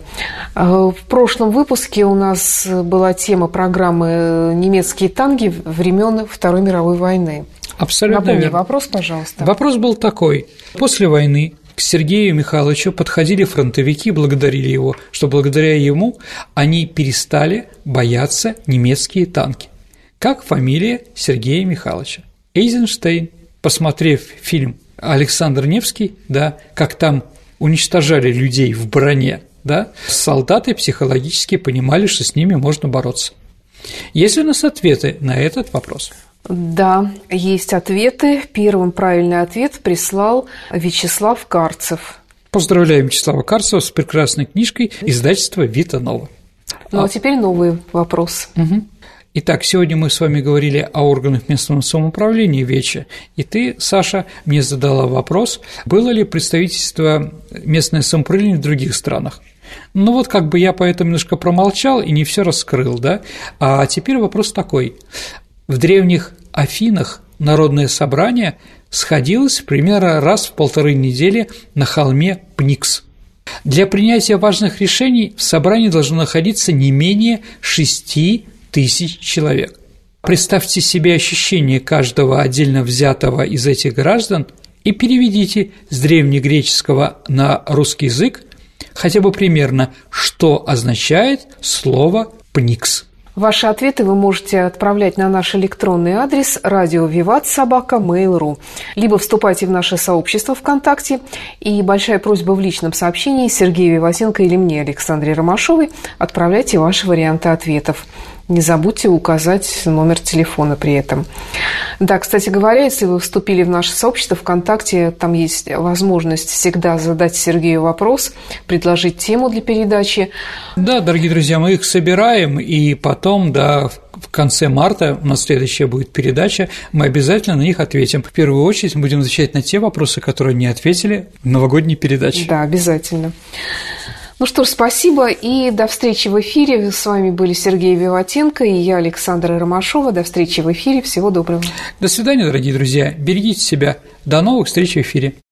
Speaker 2: В прошлом выпуске у нас была тема программы «Немецкие танки времен Второй мировой войны».
Speaker 3: Абсолютно
Speaker 2: Напомни
Speaker 3: верно.
Speaker 2: Вопрос, пожалуйста.
Speaker 3: Вопрос был такой. После войны к Сергею Михайловичу подходили фронтовики и благодарили его, что благодаря ему они перестали бояться немецкие танки. Как фамилия Сергея Михайловича? Эйзенштейн. Посмотрев фильм «Александр Невский», да, как там уничтожали людей в броне, да, солдаты психологически понимали, что с ними можно бороться. Есть ли у нас ответы на этот вопрос?
Speaker 2: Да, есть ответы. Первым правильный ответ прислал Вячеслав Карцев.
Speaker 3: Поздравляем Вячеслава Карцева с прекрасной книжкой издательства Витанова.
Speaker 2: Ну а, а теперь новый вопрос.
Speaker 3: Угу. Итак, сегодня мы с вами говорили о органах местного самоуправления Вече, и ты, Саша, мне задала вопрос, было ли представительство местное самоуправление в других странах. Ну вот как бы я поэтому немножко промолчал и не все раскрыл, да? А теперь вопрос такой. В древних Афинах народное собрание сходилось примерно раз в полторы недели на холме Пникс. Для принятия важных решений в собрании должно находиться не менее шести тысяч человек. Представьте себе ощущение каждого отдельно взятого из этих граждан и переведите с древнегреческого на русский язык хотя бы примерно, что означает слово «пникс».
Speaker 2: Ваши ответы вы можете отправлять на наш электронный адрес радио виват собака мейл точка ру, либо вступайте в наше сообщество ВКонтакте, и большая просьба в личном сообщении Сергею Виватенко или мне, Александре Ромашовой, отправляйте ваши варианты ответов. Не забудьте указать номер телефона при этом. Да, кстати говоря, если вы вступили в наше сообщество ВКонтакте, там есть возможность всегда задать Сергею вопрос, предложить тему для передачи.
Speaker 3: Да, дорогие друзья, мы их собираем, и потом, да, в конце марта, у нас следующая будет передача, мы обязательно на них ответим. В первую очередь мы будем отвечать на те вопросы, которые не ответили в новогодней передаче.
Speaker 2: Да, обязательно. Ну что ж, спасибо и до встречи в эфире. С вами были Сергей Виватенко и я, Александра Ромашова. До встречи в эфире. Всего доброго.
Speaker 3: До свидания, дорогие друзья. Берегите себя. До новых встреч в эфире.